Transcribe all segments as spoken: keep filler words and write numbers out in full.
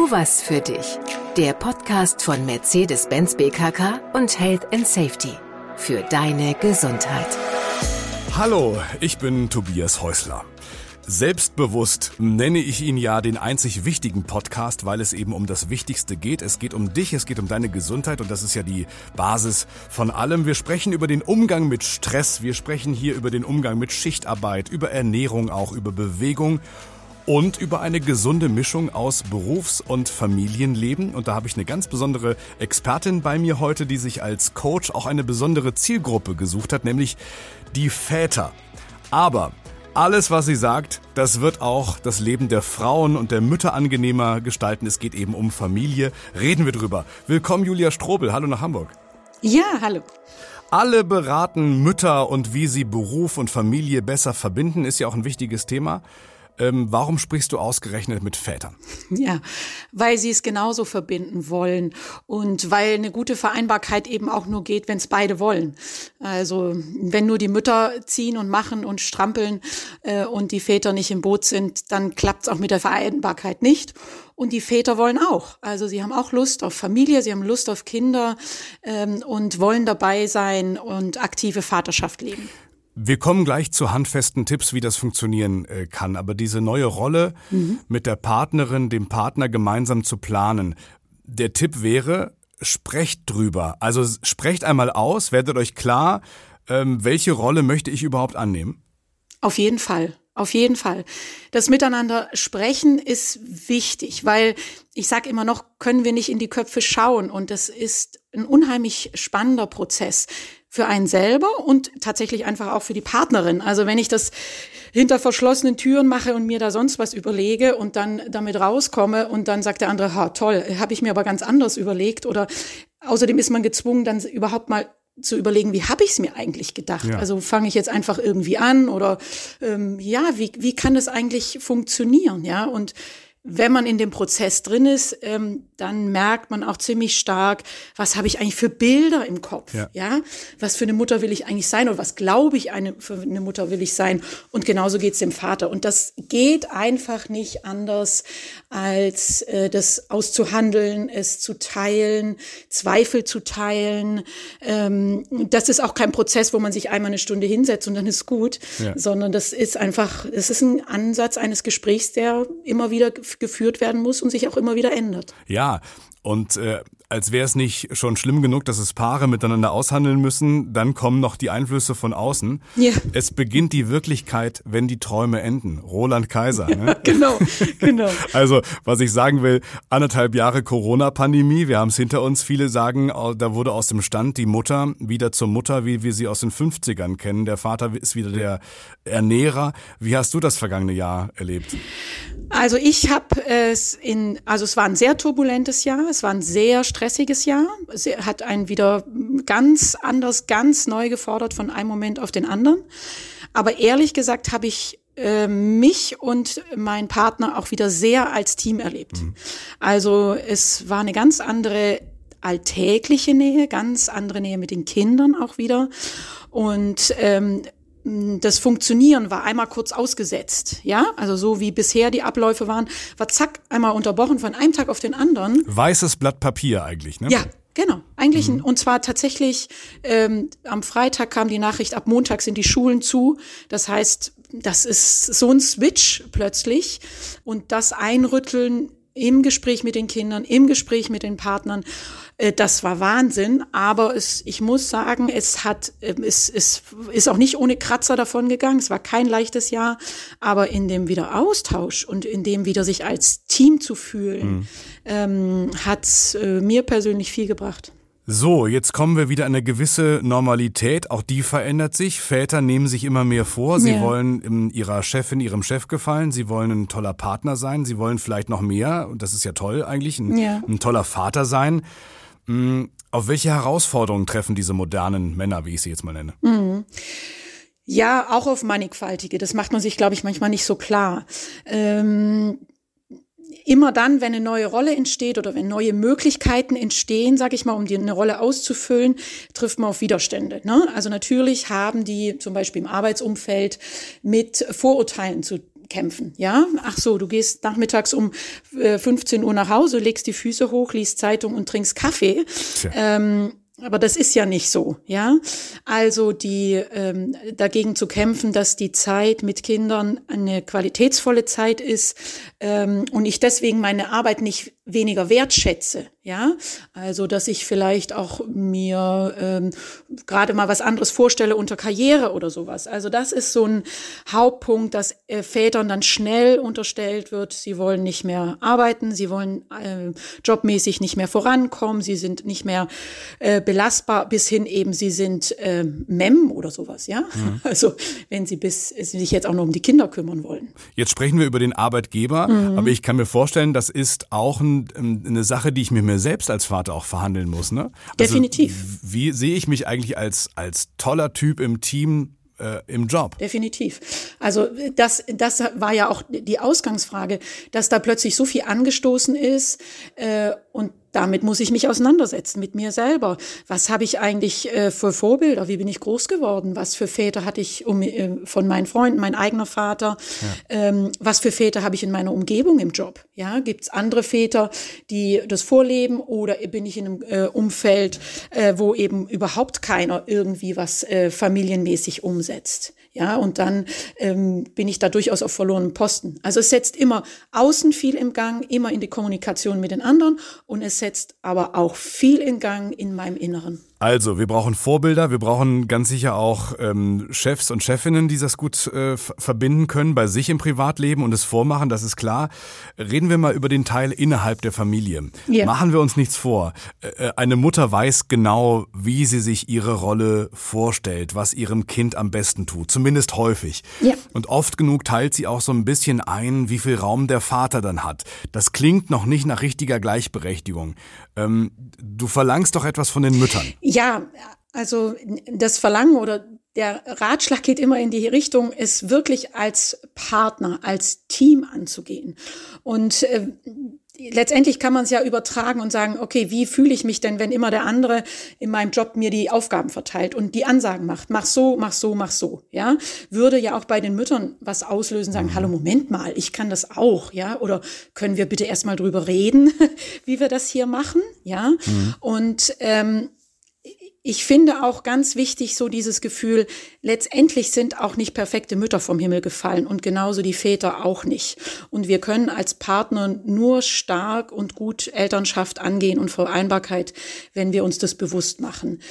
Sowas für dich. Der Podcast von Mercedes-Benz B K K und Health and Safety. Für deine Gesundheit. Hallo, ich bin Tobias Häusler. Selbstbewusst nenne ich ihn ja den einzig wichtigen Podcast, weil es eben um das Wichtigste geht. Es geht um dich, es geht um deine Gesundheit und das ist ja die Basis von allem. Wir sprechen über den Umgang mit Stress, wir sprechen hier über den Umgang mit Schichtarbeit, über Ernährung, auch über Bewegung und über eine gesunde Mischung aus Berufs- und Familienleben. Und da habe ich eine ganz besondere Expertin bei mir heute, die sich als Coach auch eine besondere Zielgruppe gesucht hat, nämlich die Väter. Aber alles, was sie sagt, das wird auch das Leben der Frauen und der Mütter angenehmer gestalten. Es geht eben um Familie. Reden wir drüber. Willkommen, Julia Strobel. Hallo nach Hamburg. Ja, hallo. Alle beraten Mütter und wie sie Beruf und Familie besser verbinden, ist ja auch ein wichtiges Thema. Ähm, warum sprichst du ausgerechnet mit Vätern? Ja, weil sie es genauso verbinden wollen und weil eine gute Vereinbarkeit eben auch nur geht, wenn es beide wollen. Also wenn nur die Mütter ziehen und machen und strampeln äh, und die Väter nicht im Boot sind, dann klappt es auch mit der Vereinbarkeit nicht. Und die Väter wollen auch. Also sie haben auch Lust auf Familie, sie haben Lust auf Kinder ähm, und wollen dabei sein und aktive Vaterschaft leben. Wir kommen gleich zu handfesten Tipps, wie das funktionieren äh, kann. Aber diese neue Rolle mhm. mit der Partnerin, dem Partner gemeinsam zu planen. Der Tipp wäre, sprecht drüber. Also sprecht einmal aus, werdet euch klar, ähm, welche Rolle möchte ich überhaupt annehmen? Auf jeden Fall. Auf jeden Fall. Das Miteinander sprechen ist wichtig, weil ich sage immer noch, können wir nicht in die Köpfe schauen. Und das ist ein unheimlich spannender Prozess für einen selber und tatsächlich einfach auch für die Partnerin. Also wenn ich das hinter verschlossenen Türen mache und mir da sonst was überlege und dann damit rauskomme und dann sagt der andere, ha, toll, habe ich mir aber ganz anders überlegt. Oder außerdem ist man gezwungen, dann überhaupt mal zu überlegen, wie habe ich es mir eigentlich gedacht? Ja. Also fange ich jetzt einfach irgendwie an oder ähm, ja, wie wie kann das eigentlich funktionieren? Ja, und wenn man in dem Prozess drin ist, ähm, dann merkt man auch ziemlich stark, was habe ich eigentlich für Bilder im Kopf? Ja. ja, was für eine Mutter will ich eigentlich sein oder was glaube ich eine für eine Mutter will ich sein? Und genauso geht es dem Vater. Und das geht einfach nicht anders, als äh, das auszuhandeln, es zu teilen, Zweifel zu teilen. Ähm, das ist auch kein Prozess, wo man sich einmal eine Stunde hinsetzt und dann ist gut, ja. sondern das ist einfach, es ist ein Ansatz eines Gesprächs, der immer wieder geführt werden muss und sich auch immer wieder ändert. Ja, und äh, als wäre es nicht schon schlimm genug, dass es Paare miteinander aushandeln müssen, dann kommen noch die Einflüsse von außen. Ja. Es beginnt die Wirklichkeit, wenn die Träume enden. Roland Kaiser. Ne? Ja, genau, genau. Also, was ich sagen will, anderthalb Jahre Corona-Pandemie, wir haben es hinter uns. Viele sagen, da wurde aus dem Stand die Mutter wieder zur Mutter, wie wir sie aus den fünfzigern kennen. Der Vater ist wieder der Ernährer. Wie hast du das vergangene Jahr erlebt? Also ich habe es in, also es war ein sehr turbulentes Jahr, es war ein sehr stressiges Jahr. Es hat einen wieder ganz anders, ganz neu gefordert von einem Moment auf den anderen. Aber ehrlich gesagt habe ich äh, mich und meinen Partner auch wieder sehr als Team erlebt. Mhm. Also es war eine ganz andere alltägliche Nähe, ganz andere Nähe mit den Kindern auch wieder. Und ähm, das Funktionieren war einmal kurz ausgesetzt, ja, also so wie bisher die Abläufe waren, war zack, einmal unterbrochen von einem Tag auf den anderen. Weißes Blatt Papier eigentlich, ne? Ja, genau, eigentlich, Mhm. und zwar tatsächlich, ähm, am Freitag kam die Nachricht, ab Montag sind die Schulen zu, das heißt, das ist so ein Switch plötzlich und das Einrütteln im Gespräch mit den Kindern, im Gespräch mit den Partnern, äh, das war Wahnsinn. Aber es, ich muss sagen, es hat, äh, es, es ist auch nicht ohne Kratzer davon gegangen. Es war kein leichtes Jahr, aber in dem Wiederaustausch und in dem wieder sich als Team zu fühlen, mhm. ähm, hat äh, mir persönlich viel gebracht. So, jetzt kommen wir wieder an eine gewisse Normalität. Auch die verändert sich. Väter nehmen sich immer mehr vor. Sie ja. wollen ihrer Chefin, ihrem Chef gefallen. Sie wollen ein toller Partner sein. Sie wollen vielleicht noch mehr, und das ist ja toll eigentlich, ein, ja. ein toller Vater sein. Auf welche Herausforderungen treffen diese modernen Männer, wie ich sie jetzt mal nenne? Mhm. Ja, auch auf mannigfaltige. Das macht man sich, glaube ich, manchmal nicht so klar. Ähm Immer dann, wenn eine neue Rolle entsteht oder wenn neue Möglichkeiten entstehen, sage ich mal, um die eine Rolle auszufüllen, trifft man auf Widerstände. Ne? Also natürlich haben die zum Beispiel im Arbeitsumfeld mit Vorurteilen zu kämpfen, ja. Ach so, du gehst nachmittags um äh, fünfzehn Uhr nach Hause, legst die Füße hoch, liest Zeitung und trinkst Kaffee. Ähm, aber das ist ja nicht so, ja. Also die ähm, dagegen zu kämpfen, dass die Zeit mit Kindern eine qualitätsvolle Zeit ist ähm, und ich deswegen meine Arbeit nicht weniger wertschätze, ja. Also dass ich vielleicht auch mir ähm, gerade mal was anderes vorstelle unter Karriere oder sowas. Also das ist so ein Hauptpunkt, dass äh, Vätern dann schnell unterstellt wird, sie wollen nicht mehr arbeiten, sie wollen äh, jobmäßig nicht mehr vorankommen, sie sind nicht mehr äh, belastbar, bis hin eben, sie sind äh, Mem oder sowas, ja. Mhm. Also wenn sie bis sie sich jetzt auch noch um die Kinder kümmern wollen. Jetzt sprechen wir über den Arbeitgeber, mhm. aber ich kann mir vorstellen, das ist auch ein, eine Sache, die ich mit mir selbst als Vater auch verhandeln muss, ne? Also, definitiv. Wie sehe ich mich eigentlich als, als toller Typ im Team äh, im Job? Definitiv. Also das, das war ja auch die Ausgangsfrage, dass da plötzlich so viel angestoßen ist äh, und damit muss ich mich auseinandersetzen mit mir selber. Was habe ich eigentlich äh, für Vorbilder? Wie bin ich groß geworden? Was für Väter hatte ich um, äh, von meinen Freunden, mein eigener Vater? Ja. Ähm, was für Väter habe ich in meiner Umgebung im Job? Ja, gibt es andere Väter, die das vorleben, oder bin ich in einem äh, Umfeld, äh, wo eben überhaupt keiner irgendwie was äh, familienmäßig umsetzt? Ja, und dann ähm, bin ich da durchaus auf verlorenen Posten. Also es setzt immer außen viel im Gang, immer in die Kommunikation mit den anderen, und es setzt aber auch viel in Gang in meinem Inneren. Also, wir brauchen Vorbilder, wir brauchen ganz sicher auch ähm, Chefs und Chefinnen, die das gut äh, f- verbinden können bei sich im Privatleben und es vormachen, das ist klar. Reden wir mal über den Teil innerhalb der Familie. Ja. Machen wir uns nichts vor. Äh, eine Mutter weiß genau, wie sie sich ihre Rolle vorstellt, was ihrem Kind am besten tut, zumindest häufig. Ja. Und oft genug teilt sie auch so ein bisschen ein, wie viel Raum der Vater dann hat. Das klingt noch nicht nach richtiger Gleichberechtigung. Ähm, du verlangst doch etwas von den Müttern. Ja, also das Verlangen oder der Ratschlag geht immer in die Richtung, es wirklich als Partner, als Team anzugehen. Und äh, letztendlich kann man es ja übertragen und sagen, okay, wie fühle ich mich denn, wenn immer der andere in meinem Job mir die Aufgaben verteilt und die Ansagen macht, mach so, mach so, mach so, ja, würde ja auch bei den Müttern was auslösen, sagen, hallo, Moment mal, ich kann das auch, ja, oder können wir bitte erstmal drüber reden, wie wir das hier machen, ja, mhm. und ähm, ich finde auch ganz wichtig so dieses Gefühl, letztendlich sind auch nicht perfekte Mütter vom Himmel gefallen und genauso die Väter auch nicht. Und wir können als Partner nur stark und gut Elternschaft angehen und Vereinbarkeit, wenn wir uns das bewusst machen.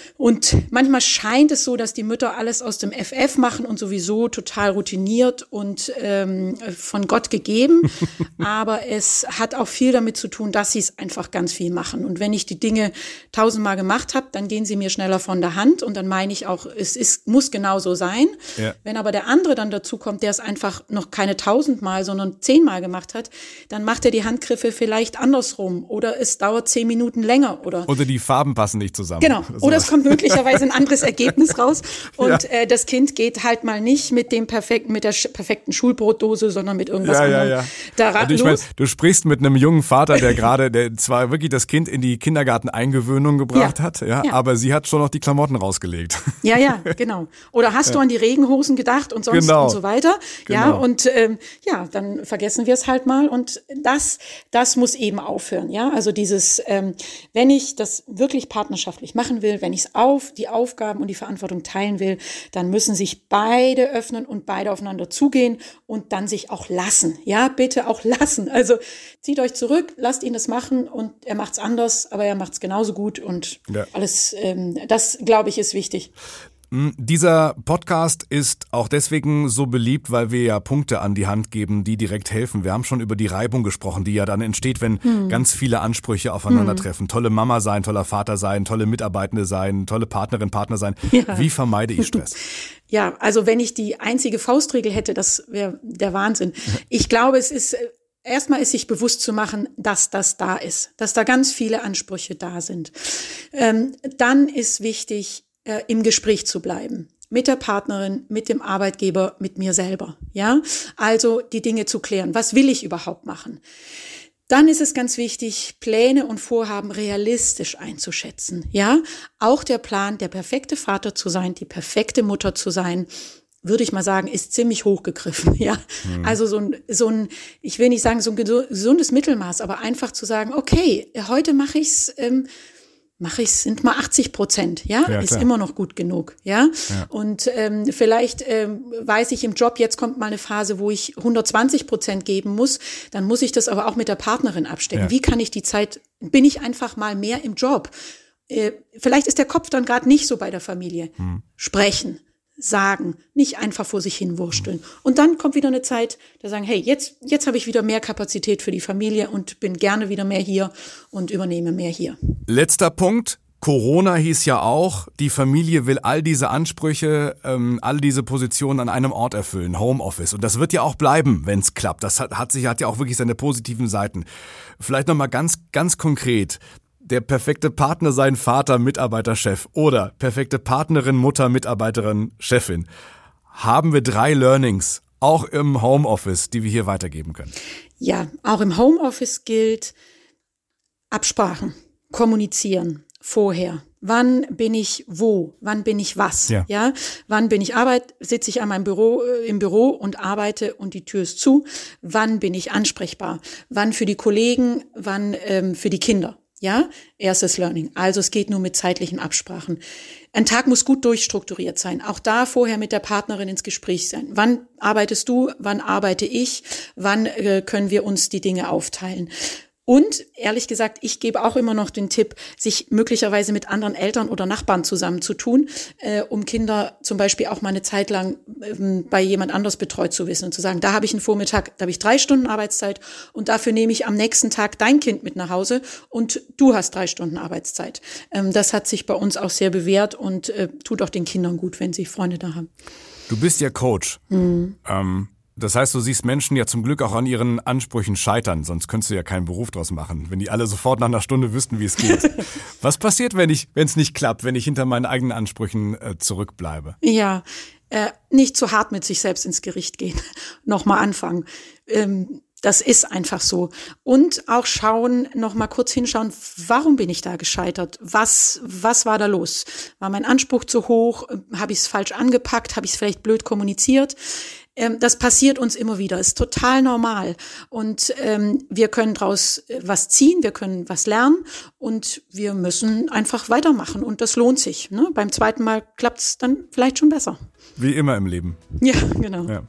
Und manchmal scheint es so, dass die Mütter alles aus dem F F machen und sowieso total routiniert und ähm, von Gott gegeben. Aber es hat auch viel damit zu tun, dass sie es einfach ganz viel machen. Und wenn ich die Dinge tausendmal gemacht habe, dann gehen sie mir schneller von der Hand. Und dann meine ich auch, es ist, muss genau so sein. Ja. Wenn aber der andere dann dazu kommt, der es einfach noch keine tausendmal, sondern zehnmal gemacht hat, dann macht er die Handgriffe vielleicht andersrum. Oder es dauert zehn Minuten länger. Oder, oder die Farben passen nicht zusammen. Genau. Oder es kommt möglicherweise ein anderes Ergebnis raus und ja. äh, das Kind geht halt mal nicht mit dem perfekten, mit der sch- perfekten Schulbrotdose, sondern mit irgendwas ja, anderem. Ja, ja. Da also ich mein, du sprichst mit einem jungen Vater, der gerade, der zwar wirklich das Kind in die Kindergarteneingewöhnung gebracht ja. hat, ja, ja, aber sie hat schon noch die Klamotten rausgelegt. Ja, ja, genau. Oder hast ja. du an die Regenhosen gedacht und sonst genau. und so weiter. Genau. Ja, und ähm, ja, dann vergessen wir es halt mal und das, das muss eben aufhören. Ja, also dieses, ähm, wenn ich das wirklich partnerschaftlich machen will, wenn ich es auf die Aufgaben und die Verantwortung teilen will, dann müssen sich beide öffnen und beide aufeinander zugehen und dann sich auch lassen. Ja, bitte auch lassen. Also zieht euch zurück, lasst ihn das machen und er macht's anders, aber er macht's genauso gut und ja. alles, ähm, das, glaube ich, ist wichtig. Dieser Podcast ist auch deswegen so beliebt, weil wir ja Punkte an die Hand geben, die direkt helfen. Wir haben schon über die Reibung gesprochen, die ja dann entsteht, wenn hm. ganz viele Ansprüche aufeinandertreffen. Hm. Tolle Mama sein, toller Vater sein, tolle Mitarbeitende sein, tolle Partnerin, Partner sein. Ja. Wie vermeide ich Stress? Ja, also wenn ich die einzige Faustregel hätte, das wäre der Wahnsinn. Ich glaube, es ist... Erstmal ist sich bewusst zu machen, dass das da ist, dass da ganz viele Ansprüche da sind. Ähm, dann ist wichtig, äh, im Gespräch zu bleiben. Mit der Partnerin, mit dem Arbeitgeber, mit mir selber. Ja, also die Dinge zu klären. Was will ich überhaupt machen? Dann ist es ganz wichtig, Pläne und Vorhaben realistisch einzuschätzen. Ja, auch der Plan, der perfekte Vater zu sein, die perfekte Mutter zu sein, würde ich mal sagen, ist ziemlich hochgegriffen, ja. Mhm. Also so ein, so ein, ich will nicht sagen so ein gesundes Mittelmaß, aber einfach zu sagen, okay, heute mache ich's, ähm, mache ich sind mal achtzig Prozent, ja, ja ist immer noch gut genug, ja. ja. Und ähm, vielleicht ähm, weiß ich im Job, jetzt kommt mal eine Phase, wo ich hundertzwanzig Prozent geben muss, dann muss ich das aber auch mit der Partnerin abstecken. Ja. Wie kann ich die Zeit, bin ich einfach mal mehr im Job? Äh, vielleicht ist der Kopf dann gerade nicht so bei der Familie. Hm. Sprechen, sagen, nicht einfach vor sich hin wursteln. Und dann kommt wieder eine Zeit, da sagen, hey, jetzt, jetzt habe ich wieder mehr Kapazität für die Familie und bin gerne wieder mehr hier und übernehme mehr hier. Letzter Punkt. Corona hieß ja auch, die Familie will all diese Ansprüche, ähm, all diese Positionen an einem Ort erfüllen, Homeoffice. Und das wird ja auch bleiben, wenn es klappt. Das hat, hat sich, hat ja auch wirklich seine positiven Seiten. Vielleicht nochmal ganz, ganz konkret. Der perfekte Partner sein, Vater, Mitarbeiter, Chef oder perfekte Partnerin, Mutter, Mitarbeiterin, Chefin. Haben wir drei Learnings, auch im Homeoffice, die wir hier weitergeben können? Ja, auch im Homeoffice gilt Absprachen, kommunizieren vorher. Wann bin ich wo? Wann bin ich was? Ja. ja? Wann bin ich Arbeit? Sitze ich an meinem Büro, äh, im Büro und arbeite und die Tür ist zu? Wann bin ich ansprechbar? Wann für die Kollegen? Wann ähm, für die Kinder? Ja, erstes Learning. Also es geht nur mit zeitlichen Absprachen. Ein Tag muss gut durchstrukturiert sein. Auch da vorher mit der Partnerin ins Gespräch sein. Wann arbeitest du? Wann arbeite ich? Wann äh, können wir uns die Dinge aufteilen? Und ehrlich gesagt, ich gebe auch immer noch den Tipp, sich möglicherweise mit anderen Eltern oder Nachbarn zusammenzutun, äh, um Kinder zum Beispiel auch mal eine Zeit lang ähm, bei jemand anders betreut zu wissen und zu sagen, da habe ich einen Vormittag, da habe ich drei Stunden Arbeitszeit und dafür nehme ich am nächsten Tag dein Kind mit nach Hause und du hast drei Stunden Arbeitszeit. Ähm, das hat sich bei uns auch sehr bewährt und äh, tut auch den Kindern gut, wenn sie Freunde da haben. Du bist ja Coach. Mhm. Ähm Das heißt, du siehst Menschen ja zum Glück auch an ihren Ansprüchen scheitern, sonst könntest du ja keinen Beruf draus machen, wenn die alle sofort nach einer Stunde wüssten, wie es geht. Was passiert, wenn ich, wenn es nicht klappt, wenn ich hinter meinen eigenen Ansprüchen äh, zurückbleibe? Ja, äh, nicht zu hart mit sich selbst ins Gericht gehen, nochmal anfangen. Ähm, das ist einfach so. Und auch schauen, nochmal kurz hinschauen, warum bin ich da gescheitert? Was, was war da los? War mein Anspruch zu hoch? Habe ich es falsch angepackt? Habe ich es vielleicht blöd kommuniziert? Das passiert uns immer wieder, ist total normal und ähm, wir können daraus was ziehen, wir können was lernen und wir müssen einfach weitermachen und das lohnt sich. Ne? Beim zweiten Mal klappt es dann vielleicht schon besser. Wie immer im Leben. Ja, genau. Ja.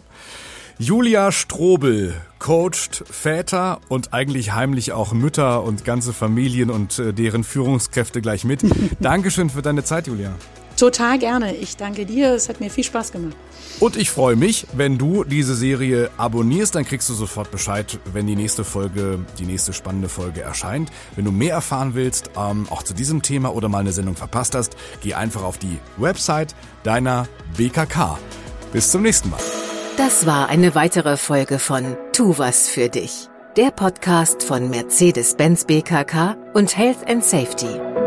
Julia Strobel coacht Väter und eigentlich heimlich auch Mütter und ganze Familien und äh, deren Führungskräfte gleich mit. Dankeschön für deine Zeit, Julia. Total gerne. Ich danke dir. Es hat mir viel Spaß gemacht. Und ich freue mich, wenn du diese Serie abonnierst, dann kriegst du sofort Bescheid, wenn die nächste Folge, die nächste spannende Folge erscheint. Wenn du mehr erfahren willst, ähm, auch zu diesem Thema oder mal eine Sendung verpasst hast, geh einfach auf die Website deiner B K K. Bis zum nächsten Mal. Das war eine weitere Folge von Tu was für dich, der Podcast von Mercedes-Benz B K K und Health and Safety.